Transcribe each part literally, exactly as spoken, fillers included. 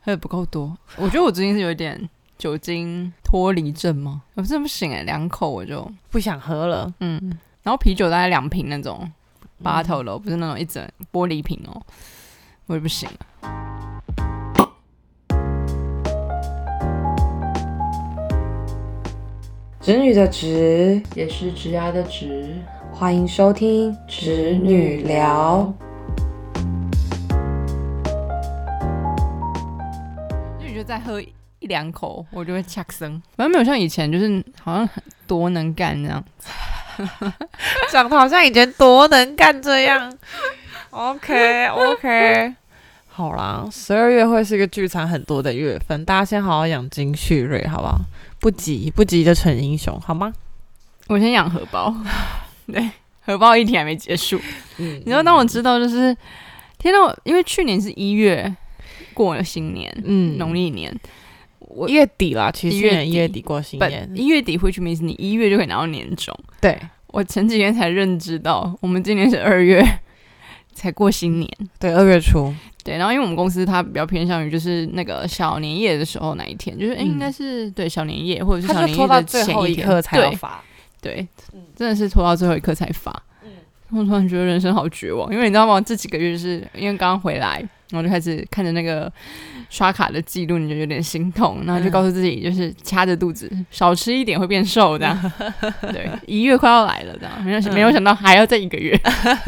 喝的不够多。我觉得我最近是有一点酒精脱离症吗？我真的不行哎、欸，两口我就不想喝了。 嗯，然后啤酒大概两瓶那种八头楼，不是那种一整玻璃瓶哦，我也不行了。 直女的直也是直牙的直， 欢迎收听直女聊。 就你就再喝一两口，我就会呛声。反正没有像以前，就是好像很多能干这样子。 讲的好像以前多能干这样。OK OK， 好啦，十二月会是一个聚餐很多的月份，大家先好好养精蓄锐，好不好？不急不急的成英雄，好吗？ 我先养荷包，对，荷包议题还没结束。嗯，你知道，当我知道就是天哪，因为去年是一月过了新年，嗯，农历年。 一月底啦，其实去年一月底过新年， 一月底会去 means 你一月就可以拿到年终。 对， 我前几天才认知到，我们今年是二月才过新年。 对，二月初。 对，然后因为我们公司它比较偏向于就是那个小年夜的时候那一天，就是、嗯、应该是对小年夜或者是小年夜的前一天，他就拖到最后一刻才要发。对，对嗯、真的是拖到最后一刻才发。嗯，我突然觉得人生好绝望，因为你知道吗？这几个月就是因为刚刚回来。然后就开始看着那个刷卡的记录，你就有点心痛，然后就告诉自己，就是掐着肚子，少吃一点会变瘦这样。对，一月快要来了，这样没有没有想到还要再一个月。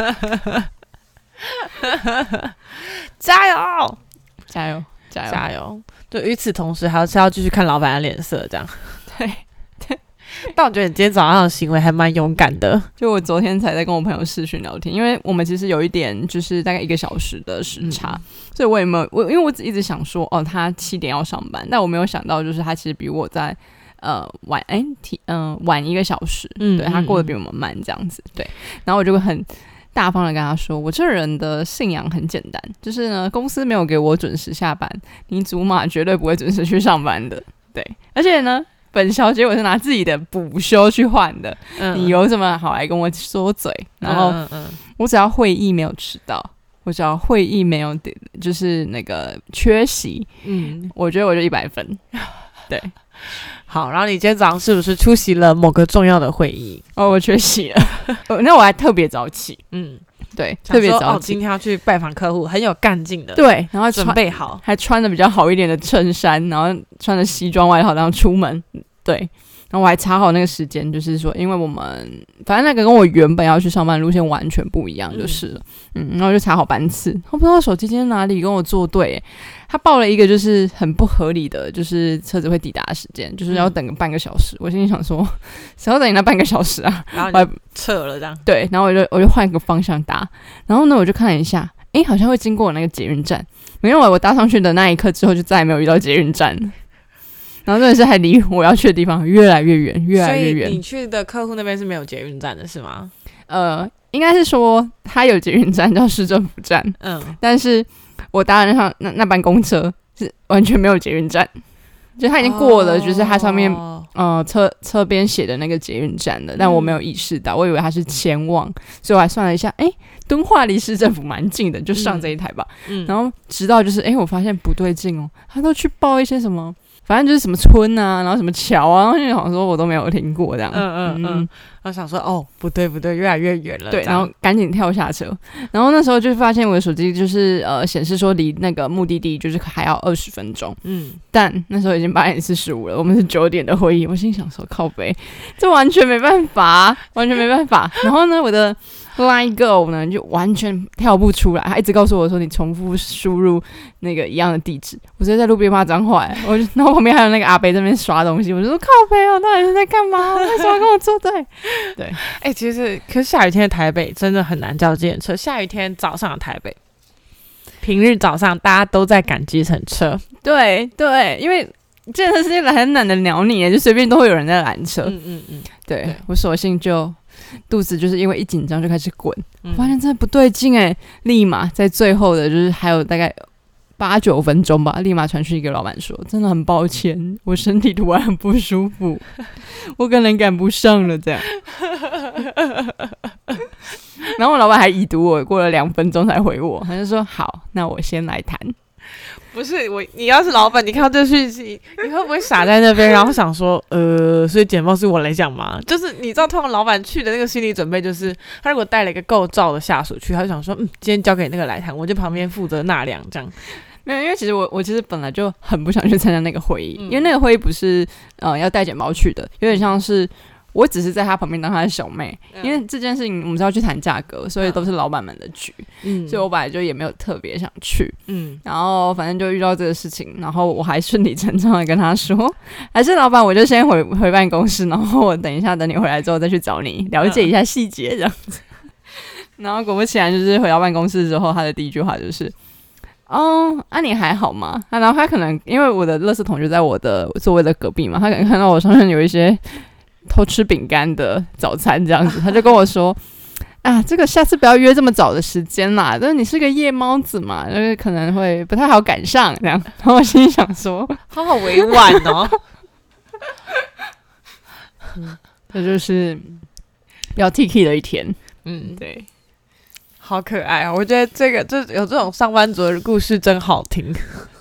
加油， 加油，加油， 加油！对，与此同时还是要继续看老板的脸色，这样。 对。 但我觉得你今天早上的行为还蛮勇敢的。 就我昨天才在跟我朋友视讯聊天，因为我们其实有一点就是大概一个小时的时差，嗯、所以我也没有我，因为我一直想说，哦，他七点要上班，但我没有想到就是他其实比我在呃晚哎嗯、呃、晚一个小时，嗯，对他过得比我们慢这样子，对，然后我就会很大方的跟他说，我这人的信仰很简单，就是呢，公司没有给我准时下班，你祖玛绝对不会准时去上班的，对，而且呢。本小姐我是拿自己的补休去换的、嗯，你有什么好来跟我说嘴？然后我只要会议没有迟到，我只要会议没有就是那个缺席，嗯，我觉得我就一百分。对， 好，然后你今天早上是不是出席了某个重要的会议？ 哦，我缺席了，那我还特别早起，嗯。对，特别早起、 哦。今天要去拜访客户，很有干劲的。 对，然后准备好， 还穿的比较好一点的衬衫，然后穿着西装外套，然后出门。对，然后我还查好那个时间，就是说，因为我们反正那个跟我原本要去上班的路线完全不一样，就是了。嗯，嗯然后就查好班次。我不知道手机今天哪里跟我作对，他报了一个就是很不合理的，就是车子会抵达的时间，就是要等个半个小时。我心里想说，谁要等你那半个小时啊？ 然后我就撤了这样。 对，然后我就我就换一个方向搭，然后呢，我就看了一下，哎，好像会经过我那个捷运站。没有，我搭上去的那一刻之后，就再也没有遇到捷运站。然后真的是还离我要去的地方越来越远，越来越远。 所以你去的客户那边是没有捷运站的，是吗？ 呃，应该是说他有捷运站叫市政府站，嗯，但是我搭的那上那那班公车是完全没有捷运站，就他已经过了，就是它上面、哦、呃车车边写的那个捷运站了，但我没有意识到，我以为他是前往，所以我还算了一下，哎，敦化离市政府蛮近的，就上这一台吧。嗯、然后直到就是哎，我发现不对劲哦，他都去报一些什么。反正就是什么村啊，然后什么桥啊，然后就想说我都没有听过这样。嗯嗯嗯， 我想说哦，不对不对，越来越远了。 对，然后赶紧跳下车。然后那时候就发现我的手机就是呃显示说离那个目的地就是还要二十分钟。嗯，但那时候已经八点四十五了，我们是九点的会议。我心想说靠北，这完全没办法，完全没办法。然后呢，我的。Line Go 呢就完全跳不出来，他一直告诉我说你重复输入那个一样的地址，我直接在路边骂脏话，我就然后旁边还有那个阿伯在那边刷东西，我就说靠北哦，到底是在干嘛？为什么跟我作对？对， 哎、欸，其实可是下雨天的台北真的很难叫计程车，下雨天早上的台北，平日早上大家都在赶计程车， 对对，因为。计程车是很懒得鸟你，就随便都会有人在拦车。嗯嗯嗯，对, 对我索性就肚子就是因为一紧张就开始滚，嗯、发现真的不对劲哎，立马在最后的就是还有大概八九分钟吧，立马传讯给老板说，真的很抱歉，我身体突然很不舒服，我可能赶不上了这样。然后我老板还已读我，过了两分钟才回我，他就说好，那我先来谈。 不是我，你要是老板，你看到这讯息，你会不会傻在那边，然后想说，呃，所以简报是我来讲吗？就是你知道，通常老板去的那个心理准备，就是他如果带了一个够照的下属去，他就想说，嗯，今天交给那个来谈，我就旁边负责纳凉这样。 没有，因为其实我我其实本来就很不想去参加那个会议， 嗯、 因为那个会议不是呃要带简报去的，有点像是。我只是在他旁边当他的小妹，嗯、因为这件事情我们是要去谈价格，所以都是老板们的局，嗯，所以我本来就也没有特别想去，嗯，然后反正就遇到这个事情，然后我还顺理成章的跟他说，还是老板，我就先回回办公室，然后我等一下等你回来之后再去找你了解一下细节这样子。然后果不其然，就是回到办公室之后，他的第一句话就是。哦，啊，你还好吗？啊，然后他可能因为我的垃圾桶就在我的座位的隔壁嘛，他可能看到我上面有一些。偷吃饼干的早餐这样子，他就跟我说：“啊，这个下次不要约这么早的时间啦，但是你是个夜猫子嘛，就是可能会不太好赶上这样。”然后我心里想说：“ 好好委婉哦。 嗯”这就是比较 T K 的一天， 嗯，对，好可爱啊！我觉得这个就有这种上班族的故事真好听。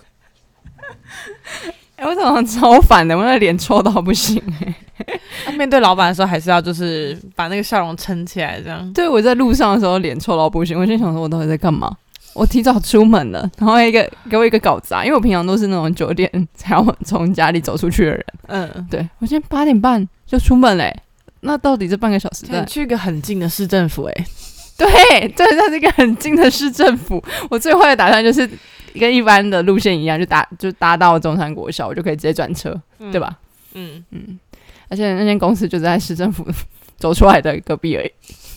哎、欸，我常常超烦的，我那脸臭到不行哎、 欸。面对老板的时候，还是要就是把那个笑容撑起来，这样。 对，我在路上的时候脸臭到不行，我心想说，我到底在干嘛？我提早出门了，然后一个给我一个稿子啊，因为我平常都是那种九点才要从家里走出去的人。嗯，对，我今天八点半就出门嘞、欸，那到底这半个小时在？ 去一个很近的市政府哎、欸。 对，对，它是一个很近的市政府。我最坏的打算就是。跟一般的路线一样，就搭就搭到中山国小，我就可以直接转车，嗯、对吧？嗯嗯，而且那间公司就在市政府走出来的隔壁而已。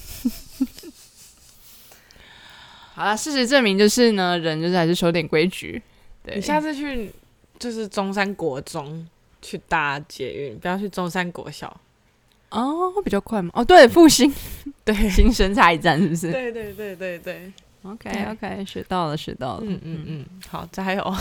好了，事实证明就是呢，人就是还是守点规矩。对， 你下次去就是中山国中去搭捷运，不要去中山国小。 哦，会比较快吗？哦，对，复兴，对，新生差一站是不是？ 对对对对对。 OK OK， 学到了学到了， 嗯嗯嗯，好，加油！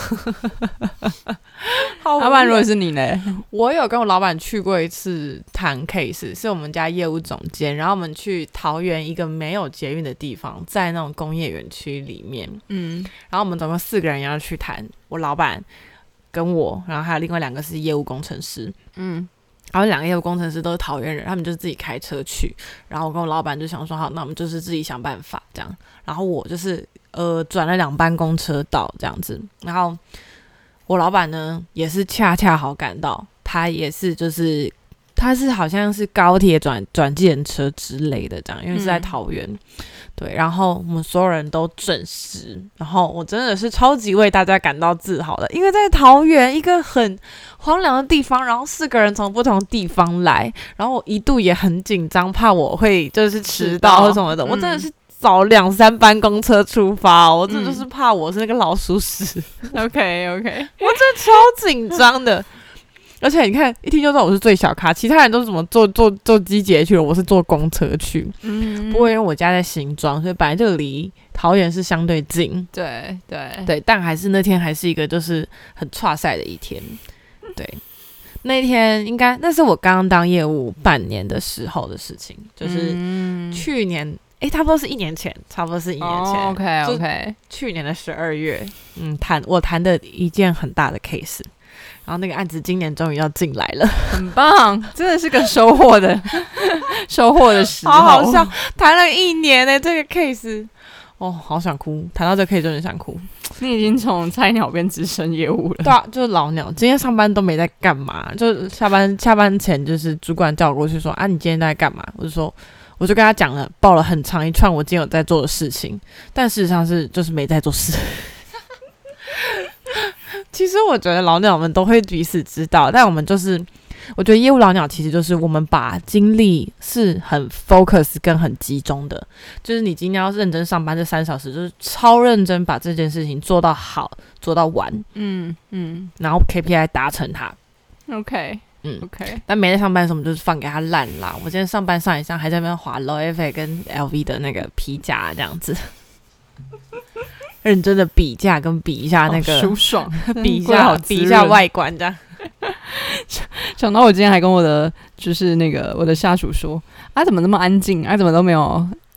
好，老板，如果是你呢？ 我有跟我老板去过一次谈 case， 是我们家业务总监，然后我们去桃园一个没有捷运的地方，在那种工业园区里面，嗯，然后我们总共四个人要去谈，我老板跟我，然后还有另外两个是业务工程师，嗯。然后两个业务工程师都是桃园人，他们就是自己开车去，然后我跟我老板就想说好，那我们就是自己想办法这样，然后我就是呃转了两班公车到这样子，然后我老板呢也是恰恰好赶到，他也是就是他是好像是高铁转转计程车之类的这样，因为是在桃园、嗯、对，然后我们所有人都准时，然后我真的是超级为大家感到自豪的，因为在桃园一个很荒凉的地方，然后四个人从不同地方来，然后我一度也很紧张，怕我会就是迟到或什么的、嗯、我真的是早两三班公车出发、哦、我真的就是怕我是那个老鼠屎、 嗯、OK OK， 我真的超紧张的而且你看一听就知道我是最小咖，其他人都是怎么坐坐坐机捷去了，我是坐公车去。嗯，不过因为我家在新庄，所以本来就离桃园是相对近。 对对对，但还是那天还是一个就是很挫赛的一天。对，那天应该那是我刚刚当业务半年的时候的事情，就是去年哎、嗯，差不多是一年前，差不多是一年前。 Oh, OK OK， 去年的十二月，嗯，谈我谈的一件很大的 case。然后那个案子今年终于要进来了， 很棒，真的是个收获的收获的时候， 好好笑，谈了一年呢、欸，这个 case， 哦，好想哭，谈到这个 case 真的想哭。 你已经从菜鸟变资深业务了， 对啊，就是老鸟，今天上班都没在干嘛，就下班下班前就是主管叫我过去说啊，你今天在干嘛？我就说，我就跟他讲了，报了很长一串我今天有在做的事情，但事实上是就是没在做事。其实我觉得老鸟们都会彼此知道，但我们就是我觉得业务老鸟其实就是我们把精力是很 focus 跟很集中的，就是你今天要认真上班这三小时就是超认真把这件事情做到好做到完，嗯嗯，然后 K P I 达成它 OK 嗯 OK， 但没在上班的时候我们就是放给他烂啦。我今天上班上一上还在那边滑 L O F 跟 L V 的那个皮夹这样子认真的比价跟比一下那个舒爽， 比一下比一下外观这样。 想到我今天还跟我的就是那个我的下属说啊，怎么那么安静啊，怎么都没有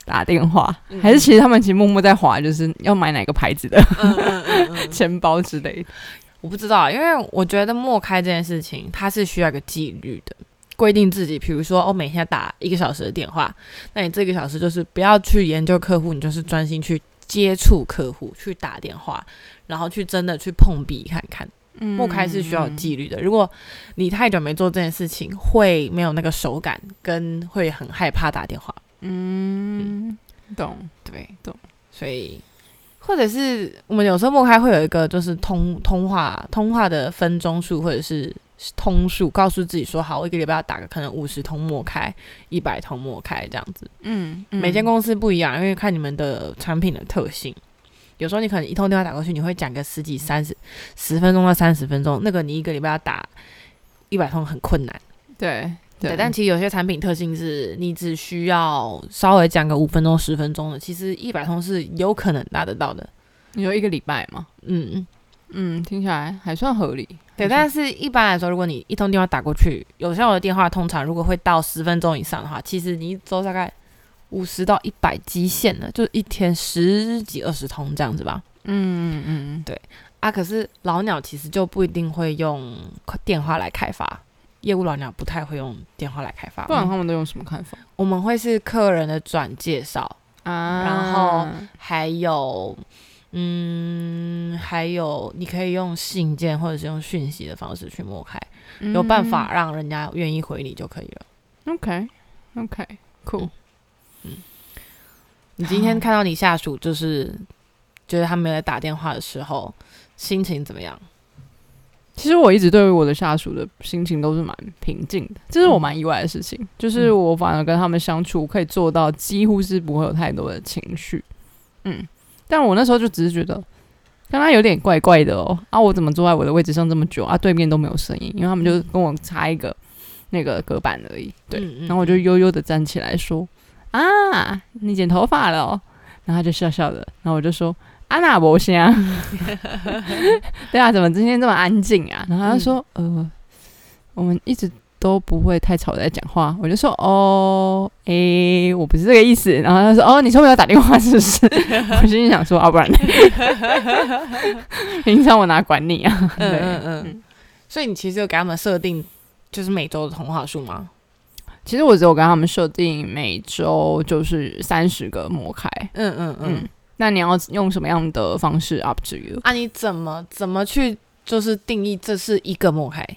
打电话， 嗯、 还是其实他们其实默默在滑，就是要买哪个牌子的嗯嗯嗯嗯钱包之类的。 我不知道，因为我觉得默开这件事情，它是需要一个纪律的，规定自己，比如说，我、哦、每天打一个小时的电话，那你这个小时就是不要去研究客户，你就是专心去接触客户，去打电话，然后去真的去碰壁看看。默开是需要有纪律的，如果你太久没做这件事情，会没有那个手感，跟会很害怕打电话。 嗯，嗯懂， 对， 懂。 所以。或者是我们有时候默开会有一个就是通通话通话的分钟数或者是通数，告诉自己说好，我一个礼拜要打个可能五十通默开，一百通默开这样子。嗯，嗯每间公司不一样，因为看你们的产品的特性。有时候你可能一通电话打过去，你会讲个十几、三十、十分钟到三十分钟，那个你一个礼拜要打一百通很困难。 对。对, 对，但其实有些产品特性是你只需要稍微讲个五分钟、十分钟的，其实一百通是有可能达得到的。 你说一个礼拜吗？ 嗯嗯，听起来还算合理。 对，但是一般来说，如果你一通电话打过去，有效的电话通常如果会到十分钟以上的话，其实你一周大概五十到一百基线了，就一天十几二十通这样子吧。嗯嗯嗯，对啊。可是老鸟其实就不一定会用电话来开发。业务老鸟不太会用电话来开发， 不然他们都用什么开发？ 我们会是客人的转介绍啊，然后还有，嗯，还有你可以用信件或者是用讯息的方式去默开，嗯、有办法让人家愿意回你就可以了。 OK OK cool 嗯。 嗯，你今天看到你下属就是觉得他没有在打电话的时候，心情怎么样？ 其实我一直对于我的下属的心情都是蛮平静的，这是我蛮意外的事情、嗯、就是我反而跟他们相处可以做到几乎是不会有太多的情绪。嗯，但我那时候就只是觉得刚刚有点怪怪的哦，啊我怎么坐在我的位置上这么久啊，对面都没有声音，因为他们就跟我差一个那个隔板而已。对、嗯嗯、然后我就悠悠的站起来说啊你剪头发了哦，然后他就笑笑的，然后我就说啊哪没声对啊怎么今天这么安静啊，然后他就说、嗯、呃我们一直都不会太吵在讲话，我就说哦诶、欸、我不是这个意思，然后他说哦你说没有打电话是不是我心里想说啊不然平常我哪管你啊嗯嗯嗯，所以你其实有给他们设定就是每周的通话数吗？ 其实我只有跟他们设定每周就是三十个默开。嗯嗯 嗯, 嗯那你要用什么样的方式 up to you 啊？你怎么怎么去就是定义这是一个默开？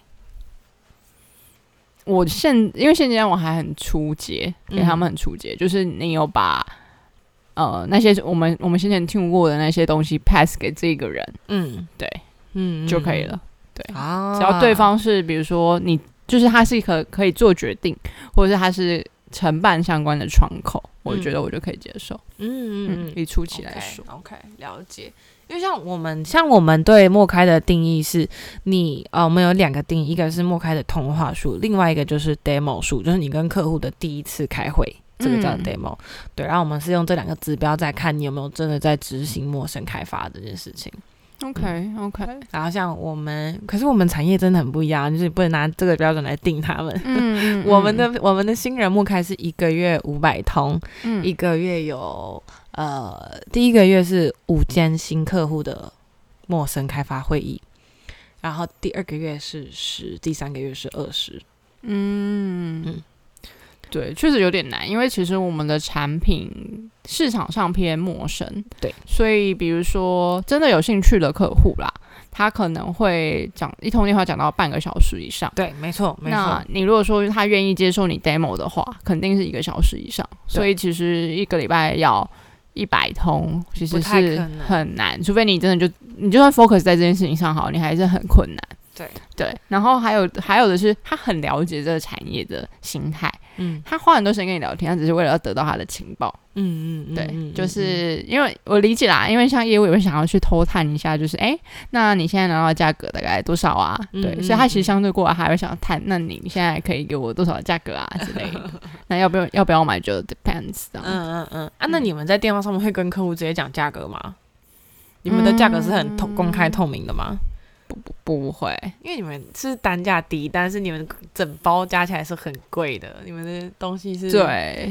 我现因为现阶段我还很初阶，给他们很初阶、嗯，就是你有把呃那些我们我们先前听过的那些东西 pass 给这个人，嗯，对，嗯就可以了，对啊，只要对方是比如说你就是他是可可以做决定，或者是他是承办相关的窗口，我觉得我就可以接受。嗯嗯嗯，以初期来说 ，OK，, okay 了解。因为像我们像我们对默开的定义是你呃，我们有两个定义，一个是默开的通话数，另外一个就是 demo 数，就是你跟客户的第一次开会，这个叫 demo、嗯。对，然后我们是用这两个指标在看你有没有真的在执行陌生开发这件事情。 OK OK， 然后像我们，可是我们产业真的很不一样，就是你不能拿这个标准来定他们。嗯嗯、我们的我们的新人默开是一个月五百通、嗯，一个月有呃第一个月是五间新客户的陌生开发会议，然后第二个月是十，第三个月是二十。 嗯嗯。对，确实有点难，因为其实我们的产品市场上偏陌生， 对， 所以比如说真的有兴趣的客户啦，他可能会讲一通电话讲到半个小时以上， 对，没错，没错。 那你如果说他愿意接受你 demo 的话，肯定是一个小时以上，所以其实一个礼拜要一百通，其实是很难，除非你真的就你就算 focus 在这件事情上好，你还是很困难。 对对，然后还有还有的是，他很了解这个产业的心态，嗯，他花很多时间跟你聊天，他只是为了要得到他的情报，嗯嗯，对，嗯就是因为我理解啦，因为像业务也会想要去偷探一下，就是哎，那你现在拿到价格大概多少啊？嗯、对，所以他其实相对过来还会想要探，那你现在可以给我多少的价格啊之类的？那要不要要不要买就 depends 嗯嗯嗯啊，那你们在电话上面会跟客户直接讲价格吗？你们的价格是很透、嗯、公开透明的吗？ 不不不会， 因为你们是单价低，但是你们整包加起来是很贵的，你们的东西是对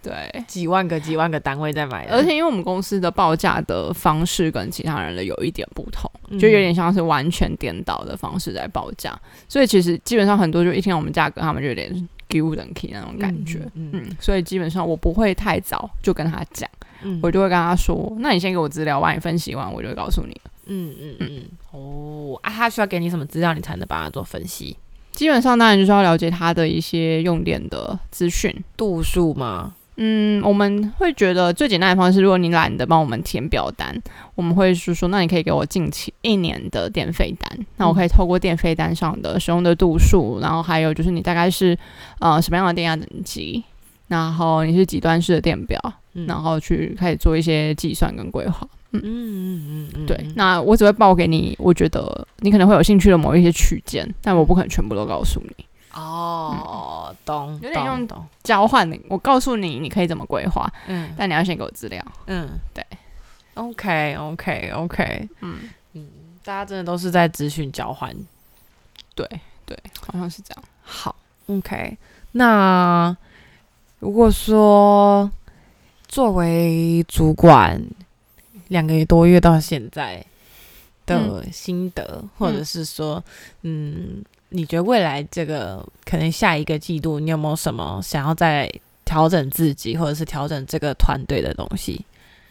对， 几万个几万个单位在买的， 而且因为我们公司的报价的方式跟其他人的有一点不同，就有点像是完全颠倒的方式在报价，所以其实基本上很多就一听到我们价格，他们就有点丢人气那种感觉，嗯, 嗯, 嗯，所以基本上我不会太早就跟他讲，嗯，我就会跟他说，那你先给我资料，把你分析完，我就会告诉你了。 嗯嗯嗯，哦，啊，他需要给你什么资料，你才能帮他做分析？ 基本上当然就是要了解他的一些用电的资讯， 度数吗？ 嗯，我们会觉得最简单的方式，如果你懒得帮我们填表单，我们会说说，那你可以给我近期一年的电费单，那我可以透过电费单上的使用的度数，然后还有就是你大概是呃什么样的电压等级，然后你是几段式的电表，嗯、然后去开始做一些计算跟规划。嗯嗯嗯嗯，对，那我只会报给你，我觉得你可能会有兴趣的某一些区间，但我不可能全部都告诉你。 哦，嗯、懂， 有点用交换的。我告诉你，你可以怎么规划，嗯，但你要先给我资料，嗯，对 ，OK OK OK， 嗯嗯，大家真的都是在资讯交换， 对对，好像是这样。 好 ，OK， 那如果说作为主管，两个多月到现在的心得，嗯、或者是说，嗯。你觉得未来这个可能下一个季度，你有没有什么想要再调整自己，或者是调整这个团队的东西？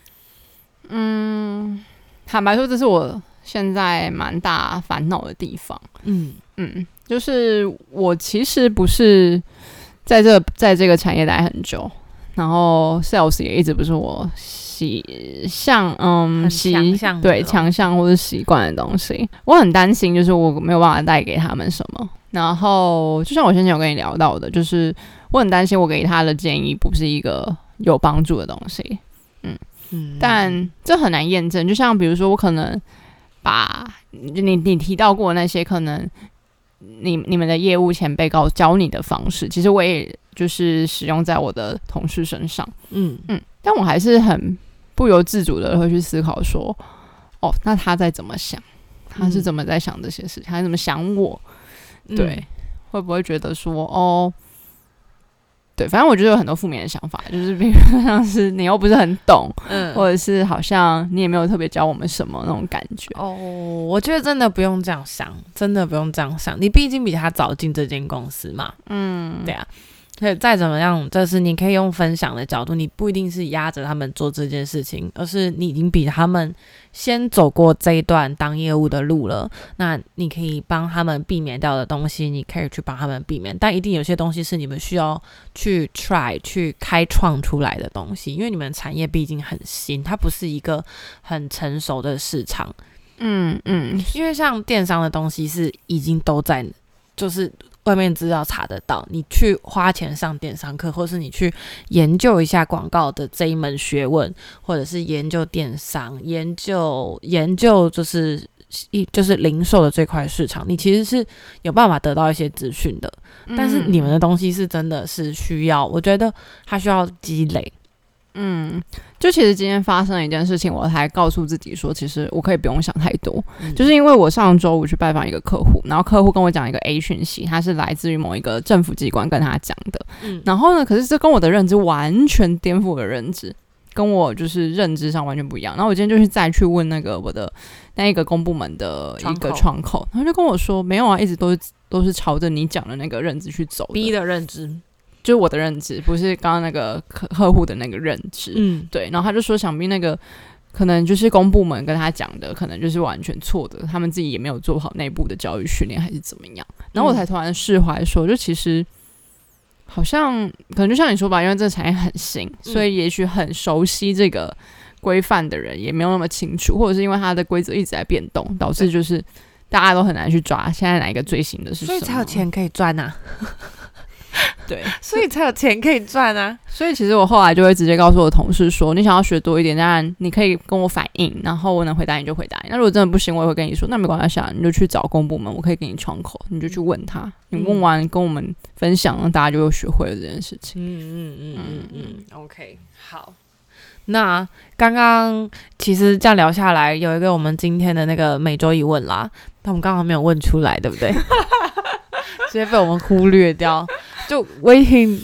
嗯，坦白说，这是我现在蛮大烦恼的地方。嗯嗯，就是我其实不是在这在这个产业待很久，然后 sales 也一直不是我习像嗯习对强项或是习惯的东西，我很担心，就是我没有办法带给他们什么。然后就像我先前有跟你聊到的，就是我很担心我给他的建议不是一个有帮助的东西。嗯嗯，但这很难验证。就像比如说，我可能把你你提到过那些可能你你们的业务前辈告教你的方式，其实我也就是使用在我的同事身上。嗯嗯，但我还是很不由自主的会去思考说，哦，那他在怎么想？他是怎么在想这些事情？他怎么想我？对，嗯、会不会觉得说，哦，对，反正我觉得有很多负面的想法，就是比如像是你又不是很懂，嗯，或者是好像你也没有特别教我们什么那种感觉。 哦，我觉得真的不用这样想，真的不用这样想。你毕竟比他早进这间公司嘛，嗯，对啊。所以再怎么样，就是你可以用分享的角度，你不一定是压着他们做这件事情，而是你已经比他们先走过这一段当业务的路了。那你可以帮他们避免掉的东西，你可以去帮他们避免，但一定有些东西是你们需要去 try 去开创出来的东西，因为你们产业毕竟很新，它不是一个很成熟的市场。嗯嗯，因为像电商的东西是已经都在，就是外面资料查得到，你去花钱上电商课，或是你去研究一下广告的这一门学问，或者是研究电商，研究研究就是就是零售的这块市场，你其实是有办法得到一些资讯的。但是你们的东西是真的是需要，我觉得它需要积累。 嗯，就其实今天发生了一件事情，我才告诉自己说，其实我可以不用想太多。嗯、就是因为我上周五去拜访一个客户，然后客户跟我讲一个 A 讯息，他是来自于某一个政府机关跟他讲的。嗯、然后呢，可是这跟我的认知完全颠覆我的认知，跟我就是认知上完全不一样。然后我今天就去再去问那个我的那一个公部门的一个窗口，然后就跟我说，没有啊，一直都是都是朝着你讲的那个认知去走的。 B 的认知。 就是我的认知，不是刚刚那个客客户的那个认知。嗯，对。然后他就说，想必那个可能就是公部门跟他讲的，可能就是完全错的，他们自己也没有做好内部的教育训练，还是怎么样。然后我才突然释怀说，就其实好像可能就像你说吧，因为这个产业很新，所以也许很熟悉这个规范的人也没有那么清楚，或者是因为它的规则一直在变动，导致就是大家都很难去抓现在哪一个最新的是什么， 所以才有钱可以赚啊。 对， 所以才有钱可以赚啊！ 所以其实我后来就会直接告诉我同事说，你想要学多一点，当然你可以跟我反映，然后我能回答你就回答你。那如果真的不行，我也会跟你说，那没关系啊，你就去找公部门，我可以给你窗口，你就去问他，你问完跟我们分享，让大家就会学会了这件事情。 嗯嗯嗯嗯嗯 ，OK， 好。那刚刚其实这样聊下来，有一个我们今天的那个每周一问啦，但我们刚好没有问出来，对不对？直接被我们忽略掉。就 waiting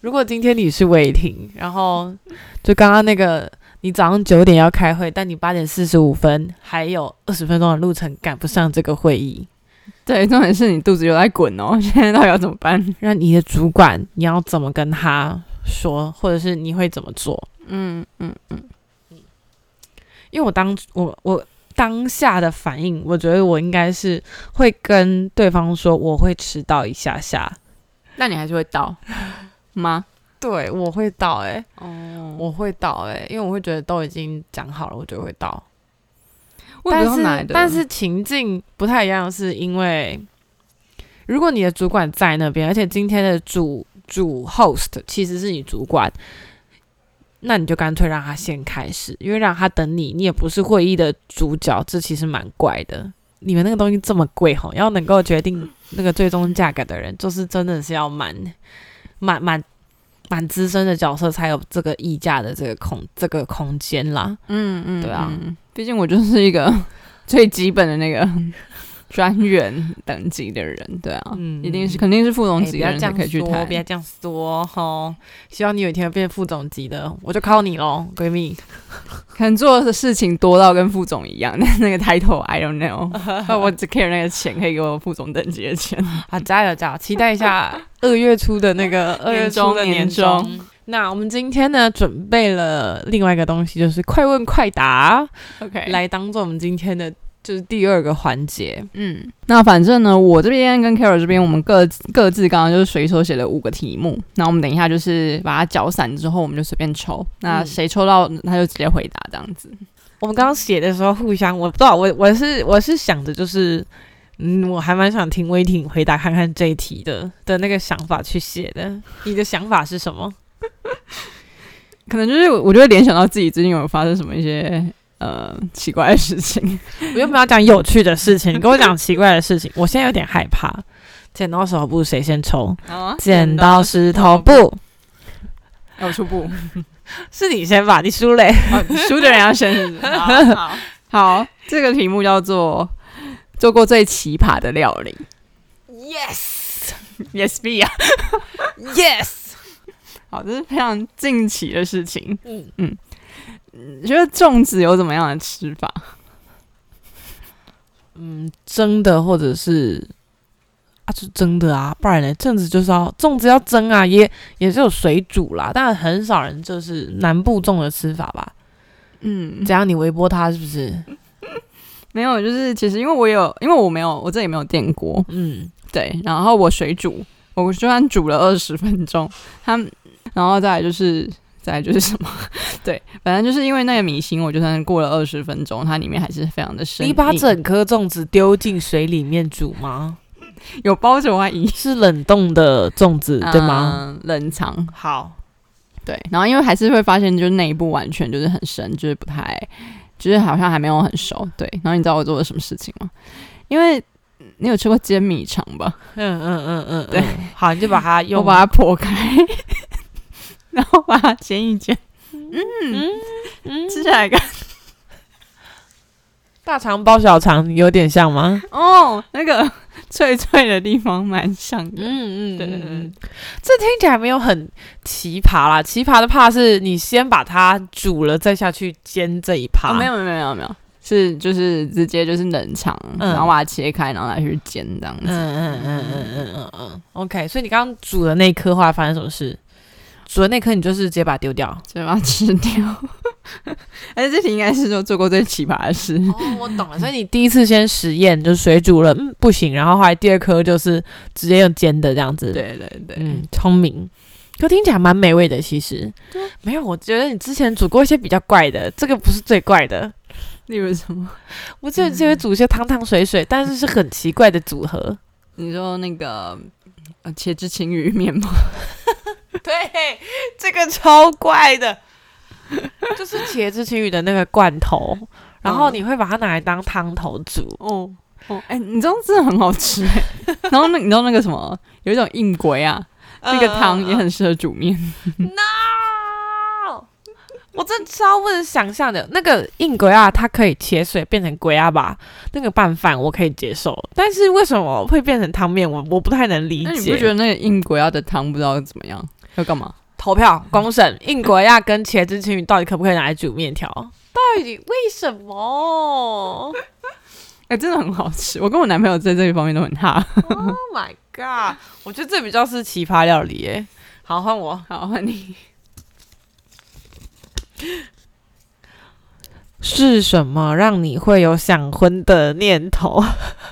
如果今天你是伟霆，然后就刚刚那个你早上九点要开会，但你八点四十五分还有二十分钟的路程赶不上这个会议， 对，重点是你肚子又在滚哦，现在到底要怎么办？ 让你的主管你要怎么跟他说，或者是你会怎么做？ 嗯嗯嗯， 因为我当我我当下的反应，我觉得我应该是会跟对方说我会迟到一下下。 那你还是会到吗？ 对，我会到哎、欸， 哦， 我会到哎、欸，因为我会觉得都已经讲好了，我就会到。 我也不知道哪来的， 但是但是情境不太一样，是因为如果你的主管在那边，而且今天的主主 host 其实是你主管，那你就干脆让他先开始，因为让他等你，你也不是会议的主角，这其实蛮怪的。你们那个东西这么贵吼，要能够决定那个最终价格的人，就是真的是要蛮蛮蛮蛮资深的角色才有这个议价的这个空这个空间啦。 嗯嗯， 对啊， 毕竟我就是一个最基本的那个专员等级的人，对啊，嗯、一定是肯定是副总级的人才可以去谈。 不要这样说吼，希望你有一天会变副总级的，我就靠你咯，闺蜜。 可能做的事情多到跟副总一样，但那个 title I don't know 我只 care 那个钱，可以给我副总等级的钱。 啊，加油加油，期待一下二月初的那个二月初的年终。那我们今天呢，准备了另外一个东西，就是快问快答 ，OK， 来当做我们今天的就是第二个环节。 嗯，那反正呢，我这边跟 Carol 这边，我们各各自刚刚就是随手写了五个题目，那我们等一下就是把它搅散之后，我们就随便抽，那谁抽到他就直接回答这样子。 我们刚刚写的时候互相，我不知道，我我是我是想着就是，嗯，我还蛮想听威霆回答看看这一题的的那个想法去写的。你的想法是什么？ 可能就是我就会联想到自己最近有发生什么一些呃奇怪的事情。 我又没有讲有趣的事情，你跟我讲奇怪的事情，我现在有点害怕。剪刀石头布，谁先抽？ 啊、 剪刀石头布。 哎、我出布， 是你先吧，你输嘞。 输、哦、的人要先是不是。好, 好, 好，这个题目叫做做过最奇葩的料理。 Yes, yes, be 啊 ，Yes。 好，这是非常近期的事情。嗯嗯，你觉得粽子有怎么样的吃法？ 嗯，蒸的或者是啊，就蒸的啊，不然呢，粽子就是要粽子要蒸啊，也也是有水煮啦，但很少人就是南部粽的吃法吧。嗯，怎样？你微波它是不是？ 没有，就是其实因为我有，因为我没有，我这里没有电锅。嗯，对，然后我水煮，我就算煮了二十分钟，它。然后再来就是，再来就是什么？对，反正就是因为那个米心，我就算过了二十分钟，它里面还是非常的生硬。 你把整颗粽子丢进水里面煮吗？ 有包着我疑是冷冻的粽子、嗯、对吗？ 冷藏。 好， 对，然后因为还是会发现，就是内部完全就是很生，就是不太，就是好像还没有很熟。对，然后你知道我做了什么事情吗？因为你有吃过煎米肠吧？ 嗯嗯嗯嗯， 对， 好，你就把它用， 我把它剖开。然后把它煎一煎，嗯嗯嗯，吃起来跟大肠包小肠有点像吗？ 哦，那个脆脆的地方蛮像的， 嗯嗯，对对对，这听起来没有很奇葩啦，奇葩的怕是你先把它煮了再下去煎这一趴， 哦、没有没有没有没有，是就是直接就是冷藏，嗯、然后把它切开，然后拿去煎这样子， 嗯嗯嗯嗯嗯嗯嗯 ，OK， 所以你刚刚煮的那一颗话发生什么事？煮的那颗你就是直接把它丢掉， 直接把它吃掉。而且这题应该是说做过最奇葩的事。 哦，我懂了。所以你第一次先实验就是水煮了，嗯，不行，然后后来第二颗就是直接用煎的这样子。 对对对， 嗯，聪明。可听起来蛮美味的，其实。没有，我觉得你之前煮过一些比较怪的，这个不是最怪的。 例如什么？ 我之前就会煮一些汤汤水水，但是是很奇怪的组合。 你说那个呃茄汁青鱼面吗？ 对，这个超怪的，就是茄子青鱼的那个罐头，然后你会把它拿来当汤头煮。哦哦，哎、欸，你知道真的很好吃哎、欸。然后那你知道那个什么，有一种硬鬼啊，那个汤也很适合煮面。 No， 我真的超不能想象的，那个硬鬼啊，它可以切碎变成鬼啊吧，那个拌饭我可以接受，但是为什么会变成汤面，我我不太能理解。 那你不觉得那个硬鬼啊的汤不知道怎么样？ 要干嘛？ 投票公审印果亚跟茄子青鱼到底可不可以拿来煮面条？到底为什么？ 哎、欸，真的很好吃。我跟我男朋友在这一方面都很哈。 Oh my god！ 我觉得这比较是奇葩料理耶。好，换我， 好换你。 是什么让你会有想婚的念头？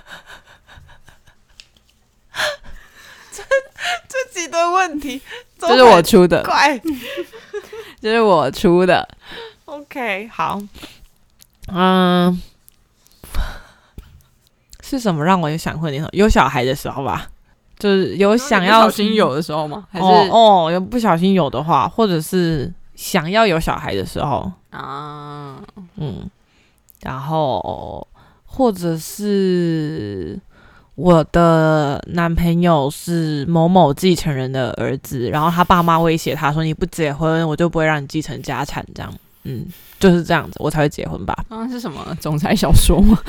这这几个问题， 这是我出的， 怪， 这是我出的。 OK， 好，嗯，是什么让我有想婚的念头？有小孩的时候吧，就是有想要不小心有的时候吗？还是哦哦，有不小心有的话，或者是想要有小孩的时候啊， 嗯，然后或者是我的男朋友是某某继承人的儿子，然后他爸妈威胁他说：“你不结婚，我就不会让你继承家产。”这样，嗯，就是这样子，我才会结婚吧？ 啊，是什么总裁小说吗？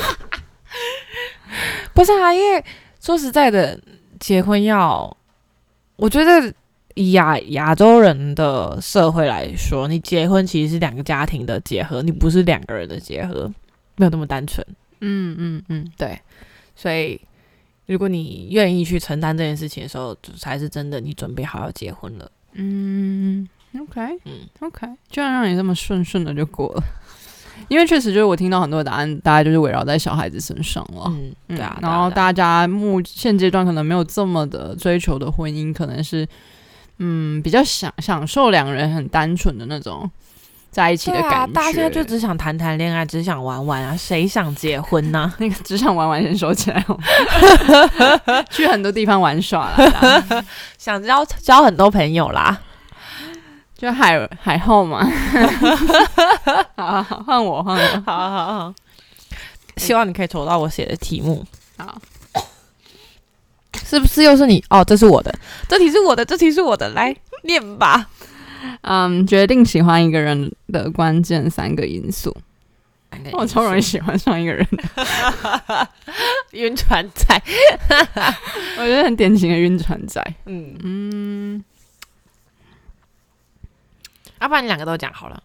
不是啊，因为说实在的，结婚要，我觉得以亚亚洲人的社会来说，你结婚其实是两个家庭的结合，你不是两个人的结合，没有那么单纯。 嗯嗯嗯， 对，所以如果你愿意去承担这件事情的时候，才是真的你准备好要结婚了。 嗯 ，OK， 嗯 OK， 居然让你这么顺顺的就过了。因为确实就是我听到很多的答案，大概就是围绕在小孩子身上了。 嗯，对啊。 嗯、然后大家目现阶段可能没有这么的追求的婚姻，可能是嗯比较享享受两人很单纯的那种在一起的感觉。 啊、大家现在就只想谈谈恋爱，只想玩玩啊，谁想结婚呢、啊？ 那个只想玩玩先收起来哦。去很多地方玩耍啦， 想交交很多朋友啦。 就海海后嘛。好，好，换我，换我， 好好好。希望你可以抽到我写的题目。 好， 是不是又是你？哦，这是我的，这题是我的，这题是我的，来念吧。 嗯，决定喜欢一个人的关键三个因素。我超容易喜欢上一个人的。 晕船仔。 我觉得很典型的晕船仔。 嗯嗯。 要、啊、不然你两个都讲好了。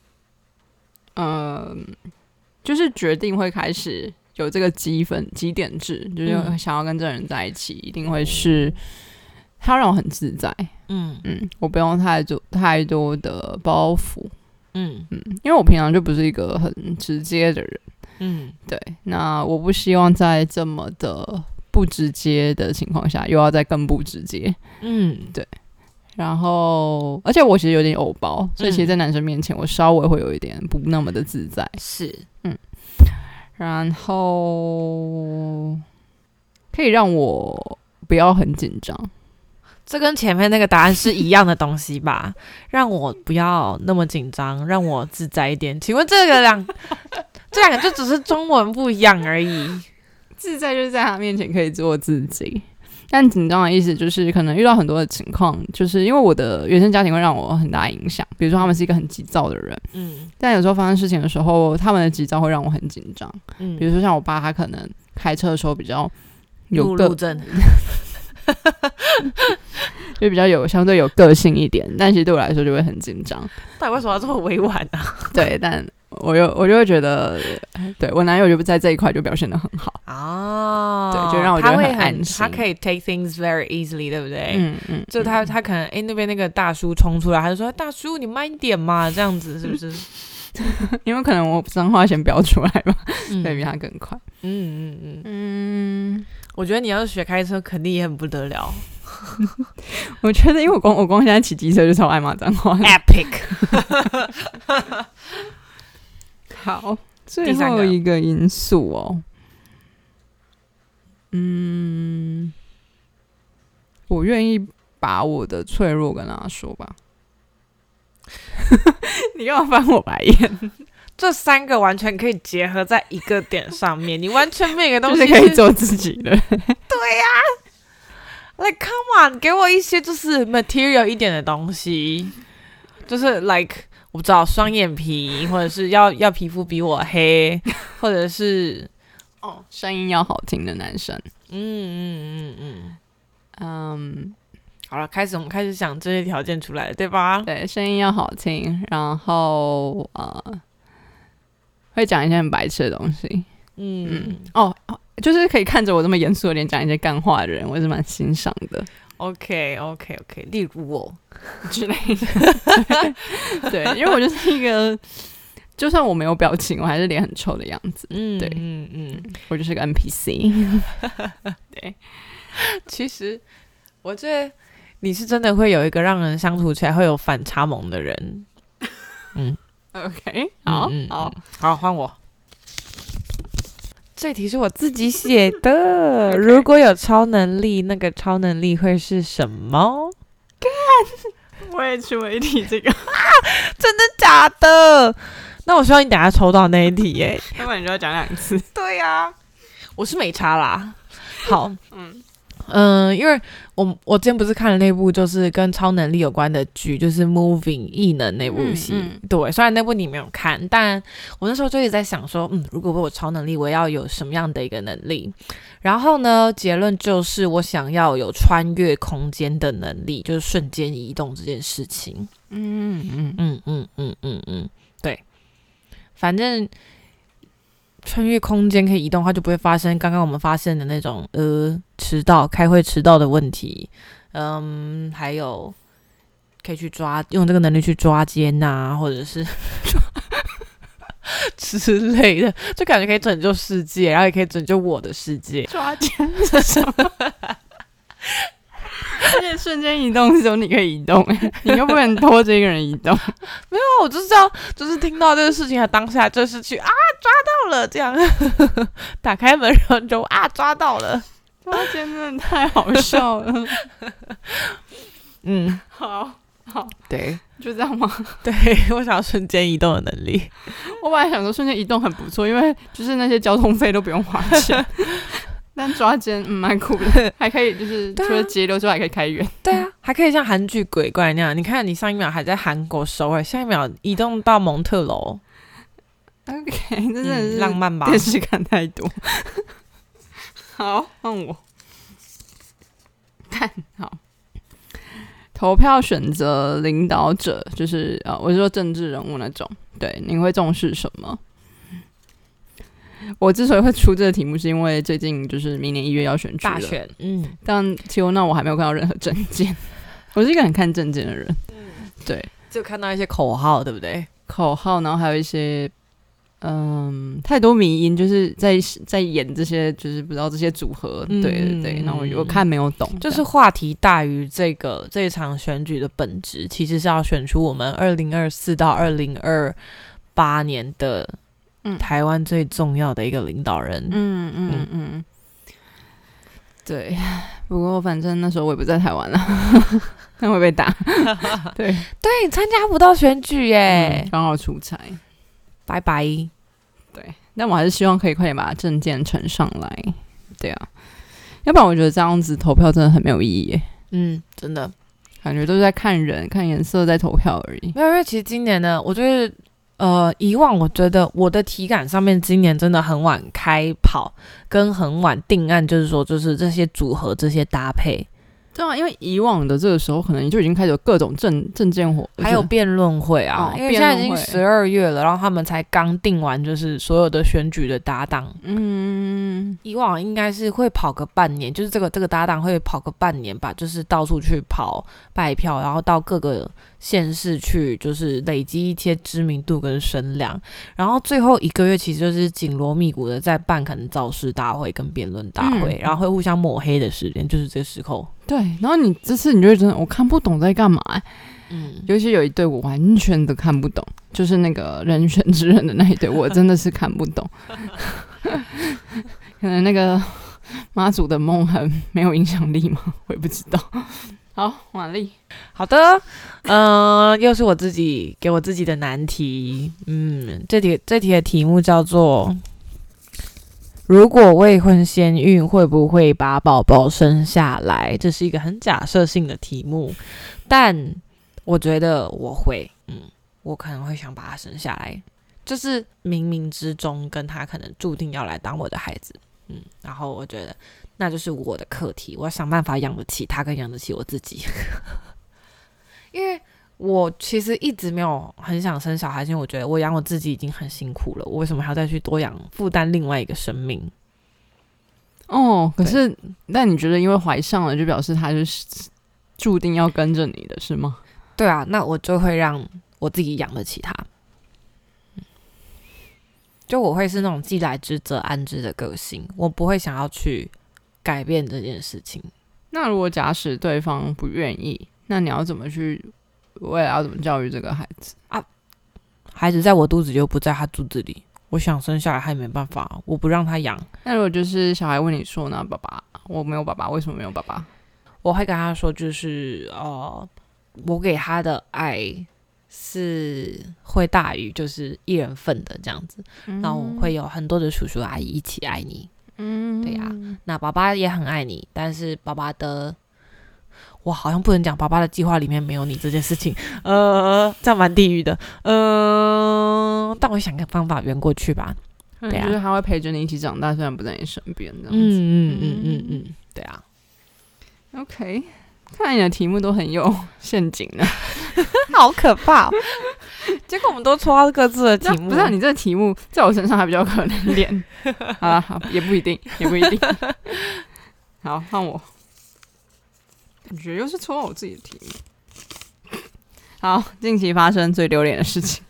嗯，就是决定会开始有这个积分积点制，就是想要跟这个人在一起，一定会是他让我很自在。嗯嗯，我不用太多太多的包袱。嗯嗯，因为我平常就不是一个很直接的人。嗯，对，那我不希望在这么的不直接的情况下，又要再更不直接。嗯，对。然后，而且我其实有点偶包，所以其实，在男生面前，我稍微会有一点不那么的自在。 是， 嗯。然后，可以让我不要很紧张。 这跟前面那个答案是一样的东西吧？让我不要那么紧张，让我自在一点。请问这个两，这两个就只是中文不一样而已。 自在就是在他面前可以做自己。但紧张的意思就是可能遇到很多的情况，就是因为我的原生家庭会让我很大影响，比如说他们是一个很急躁的人，嗯，但有时候发生事情的时候，他们的急躁会让我很紧张，嗯，比如说像我爸，他可能开车的时候比较有个症， 就比较有相对有个性一点，但其实对我来说就会很紧张。 到底为什么要这么委婉啊？ 对，但我又我就会觉得，对我男友就在这一块就表现得很好哦， 对，就让我觉得很安心。 他可以 take things very easily， 对不对？嗯嗯，就他他可能哎、欸、那边那个大叔冲出来，他就说大叔你慢一点嘛，这样子是不是？ 因为可能我脏话先标出来吧，嗯、所以比他更快。 嗯嗯嗯嗯，我觉得你要是学开车，肯定也很不得了。 我觉得，因为我光我光现在骑机车就超爱骂脏话 ，epic。 好，最后一个因素哦，嗯，我愿意把我的脆弱跟他说吧。你干嘛翻我白眼？ 这三个完全可以结合在一个点上面，你完全没有一个东西是, 就是可以做自己的。 对呀、啊、，like come on， 给我一些就是 material 一点的东西，就是 like 我不知道双眼皮，或者是要要皮肤比我黑，或者是哦声音要好听的男生。 嗯嗯嗯嗯嗯， 好了，开始我们开始想这些条件出来了，对吧？ 对，声音要好听，然后呃，会讲一些很白痴的东西。嗯嗯，哦，就是可以看着我这么严肃的脸讲一些干话的人，我是蛮欣赏的。 OK OK OK， 例如我之类的。对，因为我就是一个，就算我没有表情，我还是脸很臭的样子。嗯，对，嗯嗯，我就是个 N P C。对， 其实我觉得你是真的会有一个让人相处起来会有反差萌的人。嗯 ，OK， 好，嗯、好， 好，换我。这题是我自己写的。okay. 如果有超能力，那个超能力会是什么？ 干，我也出了一题这个。 真的假的？那我希望你等一下抽到那一题耶， 要不然你就要讲两次。 对呀、啊，我是没差啦。好，嗯。嗯，因为我我之前不是看了那部就是跟超能力有关的剧，就是 Moving 异能那部戏、嗯嗯。对，虽然那部你没有看，但我那时候就一直在想说，嗯，如果我有超能力，我要有什么样的一个能力？然后呢，结论就是我想要有穿越空间的能力，就是瞬间移动这件事情。嗯嗯嗯嗯嗯嗯嗯，对，反正。穿越空间可以移动的话，就不会发生刚刚我们发现的那种呃迟到、开会迟到的问题。嗯，还有可以去抓，用这个能力去抓奸啊，或者是之类的，就感觉可以拯救世界，然后也可以拯救我的世界。 抓奸是什么？而且瞬间移动的时候你可以移动，你又不能拖着一个人移动。 没有，我就是这样，就是听到这个事情的当下就是去啊抓到了这样，打开门然后就啊抓到了， 抓奸真的太好笑了。 嗯， 好好， 对， 就这样吗？ 对，我想要瞬间移动的能力。 我本来想说瞬间移动很不错，因为就是那些交通费都不用花钱。但抓奸嗯蛮酷的，还可以就是除了节流之外还可以开源。 对啊，还可以像韩剧鬼怪那样，你看你上一秒还在韩国首尔，下一秒移动到蒙特楼。 OK， 真的是、 嗯、浪漫吧？ 电视看太多。好，换我。看好，投票选择领导者，就是呃，我是说政治人物那种。对，你会重视什么？我之所以会出这个题目，是因为最近就是明年一月要选举了， 大选，嗯， 但其实那我还没有看到任何政见。我是一个很看政见的人，嗯，对， 就看到一些口号，对不对？ 口号，然后还有一些，嗯，太多迷因，就是在在演这些，就是不知道这些组合，嗯、对对对，那我我看没有懂， 就是话题大于这个这一场选举的本质，其实是要选出我们二零二四到二零二八年的。嗯、台湾最重要的一个领导人， 嗯嗯嗯嗯，对。不过反正那时候我也不在台湾了，那会被打。对对，参加不到选举耶， 刚、嗯、好出差， 拜拜。 对，但我还是希望可以快点把证件呈上来。对啊，要不然我觉得这样子投票真的很没有意义耶。 嗯，真的， 感觉都是在看人、看颜色在投票而已。 没有，因为其实今年呢，我觉得。呃，以往我觉得我的体感上面，今年真的很晚开跑，跟很晚定案，就是说，就是这些组合、这些搭配。 对啊，因为以往的这个时候，可能就已经开始有各种政政见活， 还有辩论会啊、哦，因为现在已经十二月了，然后他们才刚定完，就是所有的选举的搭档。嗯，以往应该是会跑个半年，就是这个这个搭档会跑个半年吧，就是到处去跑拜票，然后到各个县市去，就是累积一些知名度跟声量，然后最后一个月其实就是紧锣密鼓的在办可能造势大会跟辩论大会、嗯，然后会互相抹黑的时间，就是这个时候。 对，然后你这次你就会真的我看不懂在干嘛、欸，嗯，尤其有一对我完全的看不懂，就是那个人选之人的那一对，我真的是看不懂。可能那个妈祖的梦很没有影响力吗？我也不知道。好，玛丽， 好的，嗯、呃，又是我自己给我自己的难题，嗯，这题这题的题目叫做。如果未婚先孕会不会把宝宝生下来？这是一个很假设性的题目，但我觉得我会，嗯，我可能会想把他生下来，就是冥冥之中跟他可能注定要来当我的孩子，嗯，然后我觉得那就是我的课题，我要想办法养得起他跟养得起我自己。因为我其实一直没有很想生小孩，因为我觉得我养我自己已经很辛苦了，我为什么还要再去多养负担另外一个生命？ 哦，可是但你觉得因为怀上了就表示他就是注定要跟着你的是吗？ 对啊，那我就会让我自己养得起他。就我会是那种既来之则安之的个性，我不会想要去改变这件事情。 那如果假使对方不愿意，那你要怎么去未来要怎么教育这个孩子啊？孩子在我肚子又不在他肚子里，我想生下来他也没办法，我不让他养。 那如果就是小孩问你说呢，爸爸，我没有爸爸，为什么没有爸爸？ 我会跟他说，就是呃，我给他的爱是会大于就是一人份的这样子，嗯、然后会有很多的叔叔阿姨一起爱你。嗯，对呀、啊，那爸爸也很爱你，但是爸爸的，我好像不能讲爸爸的计划里面没有你这件事情，呃，这样蛮地狱的，呃，但我想个方法圆过去吧。 对啊，就是他会陪着你一起长大，虽然不在你身边，这样子。 嗯嗯嗯嗯嗯，对啊。 OK， 看来你的题目都很有陷阱呢， 好可怕、哦。结果我们都抽到各自的题目， 不是你这个题目在我身上还比较可能练。好啦，好，也不一定，也不一定。好，换我。感觉又是抽到我自己的题目。好，近期发生最丢脸的事情。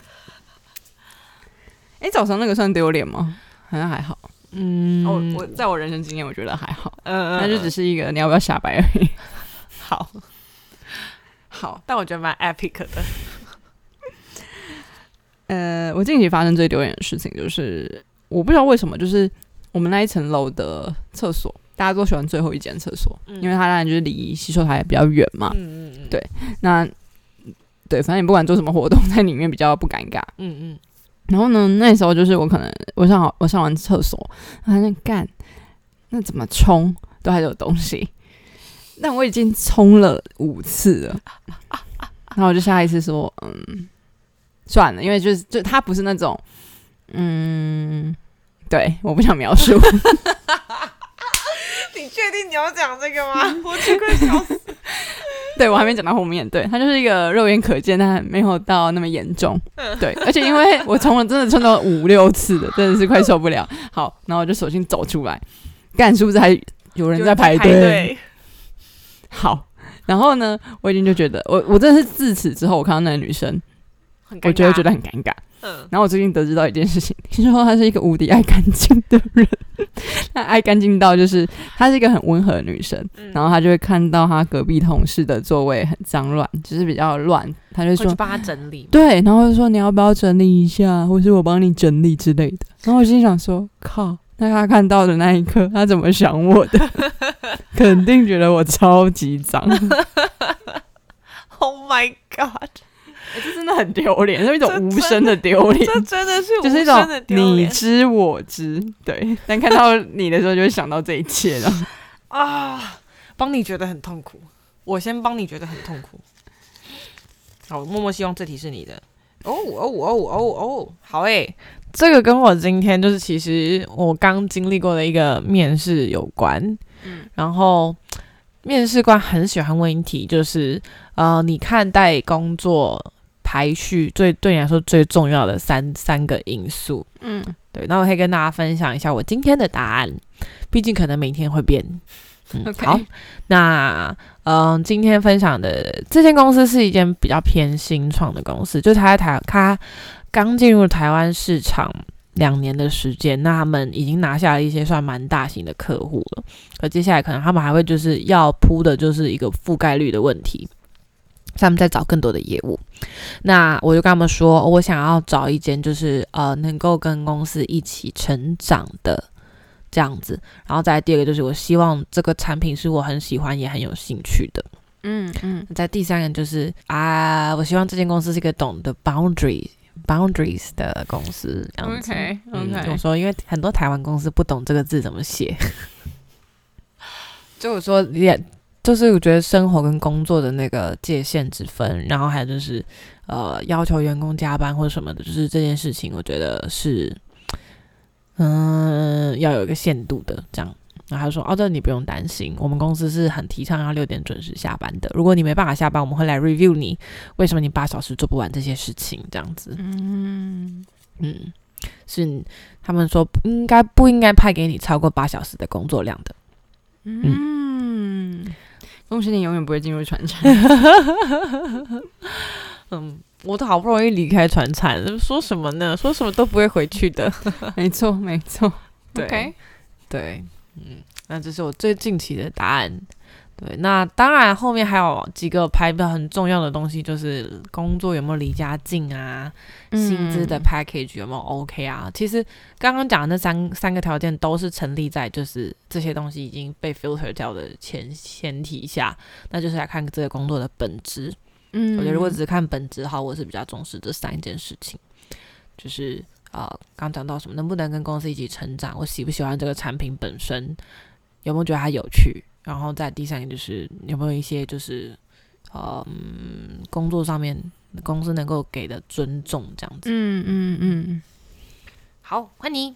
哎、欸，早上那个算丢脸吗？好像还好。嗯，我我在我人生经验，我觉得还好。嗯嗯，那就只是一个你要不要下白而已。 好，好，但我觉得蛮 epic 的。 呃，我近期发生最丢脸的事情就是，我不知道为什么，就是我们那一层楼的厕所，大家都喜欢最后一间厕所，嗯、因为它当然就是离洗手台比较远嘛。嗯嗯嗯。对，那对，反正你不管做什么活动，在里面比较不尴尬。嗯嗯。然后呢，那时候就是我可能我上好我上完厕所，还在干，那怎么冲都还是有东西。但我已经冲了五次了，然后我就下一次说，嗯。算了，因为就是就他不是那种，嗯，对，我不想描述。 你确定你要讲这个吗？我真快笑死。 对，我还没讲到后面，对，他就是一个肉眼可见，但没有到那么严重。对，而且因为我冲了，真的冲到五六次了，真的是快受不了。好，然后我就索性走出来，干是不是还有人在排队？排队好，然后呢，我已经就觉得，我我真的是自此之后，我看到那个女生。我觉得觉得很尴尬，嗯，然后我最近得知到一件事情，听说她是一个无敌爱干净的人，她爱干净到就是她是一个很温和的女生，嗯、然后她就会看到她隔壁同事的座位很脏乱，就是比较乱，她就说帮她整理， 对，然后就说你要不要整理一下，或是我帮你整理之类的，然后我心想说靠，那她看到的那一刻，她怎么想我的？肯定觉得我超级脏。 Oh my god！ 欸、这真的很丢脸，是一种无声的丢脸， 这真的是无就是一声的丢脸， 你知我知，对。但看到你的时候，就会想到这一切了啊，帮你觉得很痛苦，我先帮你觉得很痛苦。好，默默希望这题是你的。哦哦哦哦哦，好诶、欸，这个跟我今天就是其实我刚经历过的一个面试有关，嗯，然后面试官很喜欢问一题，就是呃，你看待工作排序最对你来说最重要的三三个因素，嗯，对，那我可以跟大家分享一下我今天的答案，毕竟可能每天会变。嗯 okay. 好，那嗯、呃，今天分享的这间公司是一间比较偏新创的公司，就是他在台，他刚进入台湾市场两年的时间，那他们已经拿下了一些算蛮大型的客户了，而接下来可能他们还会就是要铺的就是一个覆盖率的问题。他们在找更多的业务，那我就跟他们说，我想要找一间就是呃能够跟公司一起成长的这样子。然后再来第二个就是我希望这个产品是我很喜欢也很有兴趣的。嗯嗯。在第三个就是啊，我希望这间公司是一个懂得 boundary boundaries 的公司这样子。OK OK、嗯。我说因为很多台湾公司不懂这个字怎么写，就我说也。就是我觉得生活跟工作的那个界限之分，然后还有就是呃要求员工加班或者什么的，就是这件事情我觉得是嗯、呃、要有一个限度的这样。 然后他说哦，这你不用担心，我们公司是很提倡要六点准时下班的，如果你没办法下班，我们会来 review 你为什么你八小时做不完这些事情，这样子。嗯嗯，是他们说应该不应该派给你超过八小时的工作量的。 嗯，恭喜你永远不会进入传产。 嗯，我都好不容易离开传产，说什么呢？说什么都不会回去的。 没错，没错。 对 okay. 对，嗯，那这是我最近期的答案。对，那当然后面还有几个排的很重要的东西，就是工作有没有离家近啊，薪资的 package 有没有 OK 啊。其实刚刚讲的那三三个条件都是成立在就是这些东西已经被 filter 掉的前前提下，那就是来看这个工作的本质。嗯，我觉得如果只是看本质的话，我是比较重视这三件事情，就是呃，刚讲到什么能不能跟公司一起成长，我喜不喜欢这个产品本身，有没有觉得它有趣。然后再第三个就是有没有一些就是呃、嗯、工作上面公司能够给的尊重这样子。嗯嗯嗯。好，换你。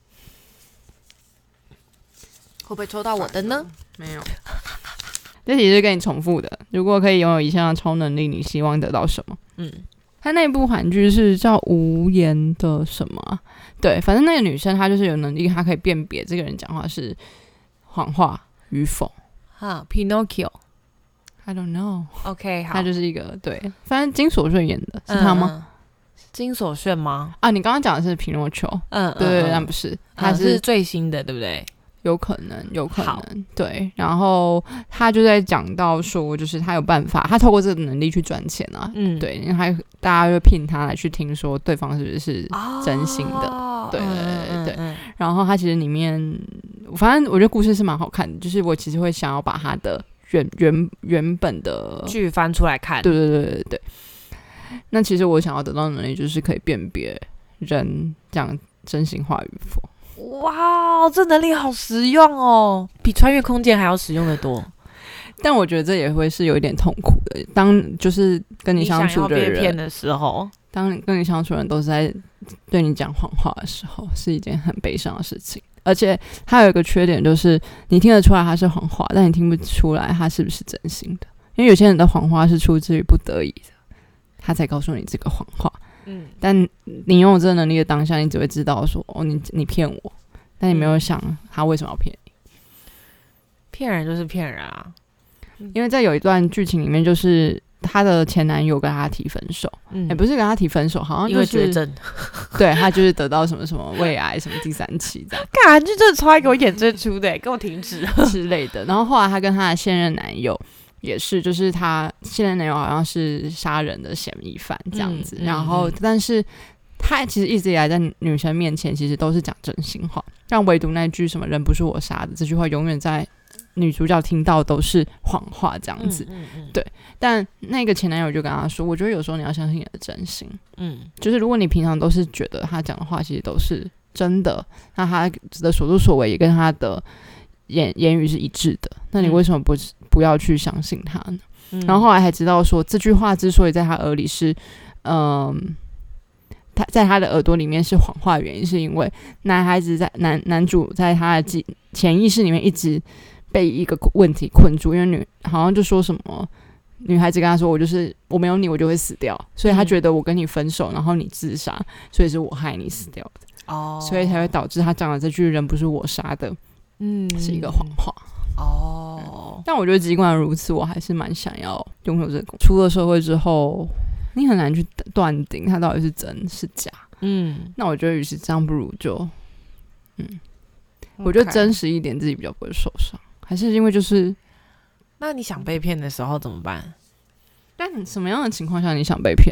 会不会抽到我的呢？ 没有。这题是跟你重复的。如果可以拥有以下的超能力，你希望得到什么？嗯，他那部韩剧是叫《无言的什么》？对，反正那个女生她就是有能力，她可以辨别这个人讲话是谎话与否。 哈 ，Pinocchio。I don't know。OK， 好， 他就是一个对，反正金所炫演的是他吗？ 嗯、金所炫吗？ 啊，你刚刚讲的是皮诺丘。嗯，对对对，但不是，他是、 嗯、是最新的，对不对？ 有可能，有可能，对。然后他就在讲到说，就是他有办法，他透过这个能力去赚钱啊。嗯，对，因为他大家会聘他来去听说对方是不是真心的。哦对对对对对、嗯嗯，然后他其实里面，反正我觉得故事是蛮好看的，就是我其实会想要把他的原原原本的剧翻出来看。 对对对对对。那其实我想要得到的能力就是可以辨别人讲真心话与否。 哇，这能力好实用哦，比穿越空间还要实用的多。 但我觉得这也会是有一点痛苦的，当就是跟你相处的人， 你想要被骗的时候， 当跟你相处的人都是在对你讲谎话的时候，是一件很悲伤的事情。而且他有一个缺点，就是你听得出来他是谎话，但你听不出来他是不是真心的。因为有些人的谎话是出自于不得已的，他才告诉你这个谎话。嗯，但你拥有这个能力的当下，你只会知道说，哦，你你骗我，但你没有想他为什么要骗你。 骗人就是骗人啊。 因为在有一段剧情里面，就是她的前男友跟她提分手，也、嗯欸、不是跟她提分手，好像就是因为绝症， 对，他就是得到什么什么胃癌什么第三期这样， 感觉真的超爱给我演这出的，给我停止之类的。然后后来她跟她的现任男友也是，就是她现任男友好像是杀人的嫌疑犯这样子，嗯、然后、嗯、但是他其实一直以来在女生面前其实都是讲真心话，让唯独那句什么人不是我杀的这句话永远在女主角听到都是谎话这样子。嗯嗯嗯，对。但那个前男友就跟她说，我觉得有时候你要相信你的真心，嗯，就是如果你平常都是觉得他讲的话其实都是真的，那他的所作所为也跟他的言言语是一致的，那你为什么不不要去相信他呢？嗯、然后后来还知道说，这句话之所以在他耳里是嗯他在他的耳朵里面是谎话的原因，是因为男孩子在男男主在他的潜意识里面一直被一个问题困住，因为女好像就说什么女孩子跟他说，我就是我没有你我就会死掉，所以他觉得我跟你分手，然后你自杀，所以是我害你死掉的。哦，所以才会导致他讲的这句人不是我杀的，嗯，是一个谎话。哦、嗯，但我觉得尽管如此，我还是蛮想要拥有这个。出了社会之后，你很难去断定它到底是真是假。嗯，那我觉得与其这样，不如就嗯， okay. 我觉得真实一点，自己比较不会受伤。还是因为就是， 那你想被骗的时候怎么办？ 但什么样的情况下你想被骗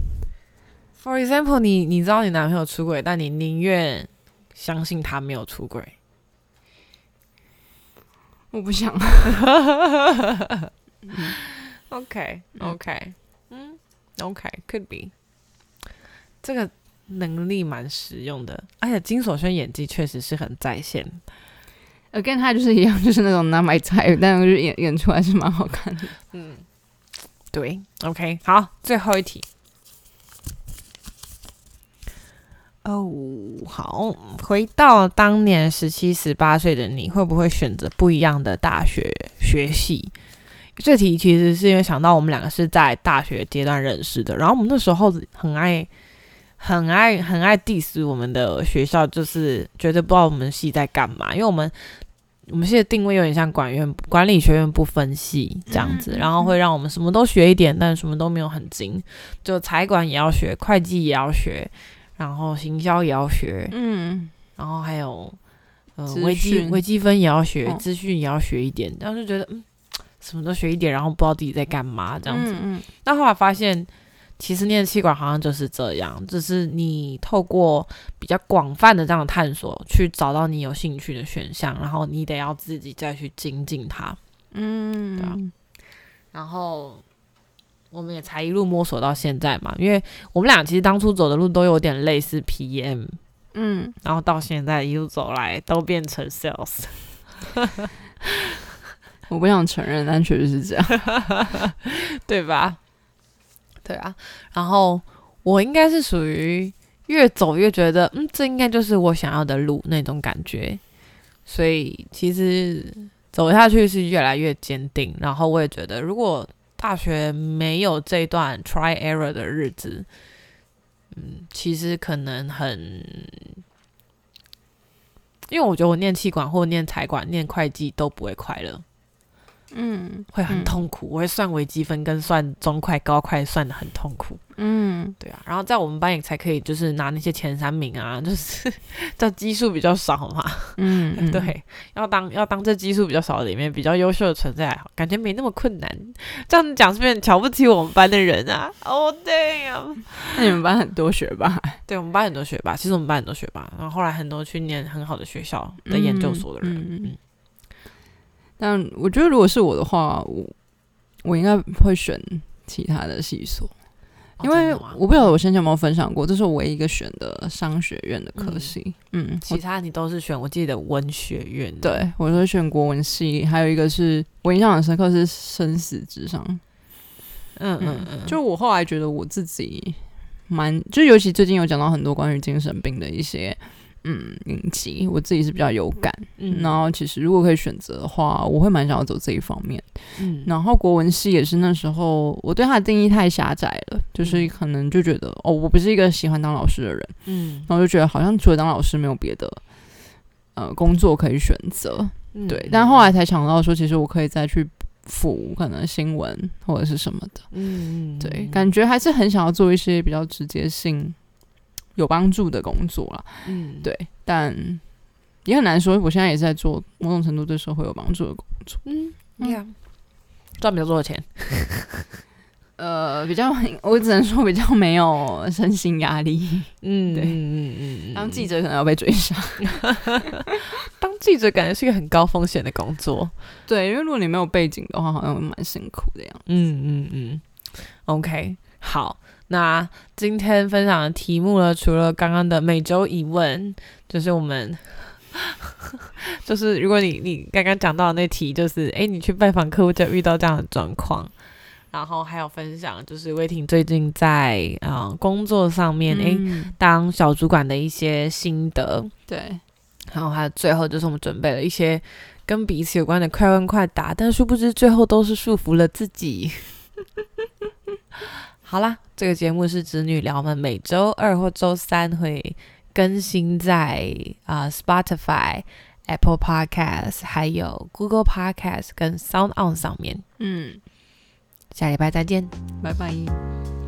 ？For example， 你你知道你男朋友出轨，但你宁愿相信他没有出轨。 我不想。 OK OK， 嗯 OK，could be。这个能力蛮实用的，而且金所炫演技确实是很在线。 Again， 他就是一样，就是那种拿买菜，但是演演出来是蛮好看的。 嗯，对 ，OK， 好，最后一题。 哦，好，回到当年十七、十八岁的你，会不会选择不一样的大学学系？这题其实是因为想到我们两个是在大学阶段认识的，然后我们那时候很爱、很爱、很爱 diss 我们的学校，就是绝对不知道我们系在干嘛，因为我们我们系的定位有点像管院管理学院不分系这样子，然后会让我们什么都学一点，但什么都没有很精，就财管也要学，会计也要学。然后行销也要学，嗯，然后还有呃微积微积分也要学，资讯也要学一点，然后就觉得嗯什么都学一点，然后不知道自己在干嘛这样子。嗯嗯，但后来发现，其实念企管好像就是这样，就是你透过比较广泛的这样的探索，去找到你有兴趣的选项，然后你得要自己再去精进它。嗯，对啊。然后我们也才一路摸索到现在嘛，因为我们俩其实当初走的路都有点类似 P M， 嗯，然后到现在一路走来都变成 sales， 我不想承认，但确实是这样， 对吧？对啊，然后我应该是属于越走越觉得，嗯，这应该就是我想要的路那种感觉，所以其实走下去是越来越坚定，然后我也觉得如果大学没有这段 try error 的日子，嗯，其实可能很，因为我觉得我念企管或念财管、念会计都不会快乐，嗯，会很痛苦。嗯、我会算微积分跟算中快、高快算得很痛苦，嗯，对啊。然后在我们班也才可以就是拿那些前三名啊，就是这基数比较少嘛，嗯，嗯对，要当要当这基数比较少的里面比较优秀的存在，感觉没那么困难。这样讲是不是很瞧不起我们班的人啊？哦、oh, damn！ 那你们班很多学霸？ 对，我们班很多学霸，其实我们班很多学霸，然后后来很多去念很好的学校的研究所的人，嗯。嗯嗯但我觉得如果是我的话，我我应该会选其他的系所，因为我不晓得我先前有没有分享过，这是我唯一一个选的商学院的科系，嗯，嗯其他你都是选我记得文学院的， 对，我都选国文系，还有一个是我印象很深刻是生死之上，嗯嗯嗯，就我后来觉得我自己蛮，就尤其最近有讲到很多关于精神病的一些。嗯，影集我自己是比较有感，嗯，然后其实如果可以选择的话，我会蛮想要走这一方面，嗯，然后国文系也是那时候我对它的定义太狭窄了，就是可能就觉得哦，我不是一个喜欢当老师的人，嗯，然后就觉得好像除了当老师没有别的呃工作可以选择，嗯，对，但后来才想到说，其实我可以再去辅可能新闻或者是什么的，嗯，对，感觉还是很想要做一些比较直接性。有帮助的工作啦，嗯，对，但也很难说。我现在也是在做某种程度对社会有帮助的工作，嗯， 对啊，赚比较多的钱， 呃，比较，我只能说比较没有身心压力，嗯，对，嗯嗯嗯，当记者可能要被追杀， 当记者感觉是一个很高风险的工作， 对，因为如果你没有背景的话，好像会蛮辛苦的样子， 嗯嗯嗯 ，OK， 好。那今天分享的题目呢，除了刚刚的每周一问，就是我们就是如果你你刚刚讲到的那题，就是哎，你去拜访客户就遇到这样的状况，然后还有分享就是威霆最近在呃工作上面哎、嗯、当小主管的一些心得， 对， 然后还有最后就是我们准备了一些跟彼此有关的快问快答，但殊不知最后都是束缚了自己。好啦，这个节目是子女聊，我们每周二或周三会更新在、呃、Spotify、Apple Podcast 还有 Google Podcast 跟 Sound On 上面。嗯，下礼拜再见， 拜拜。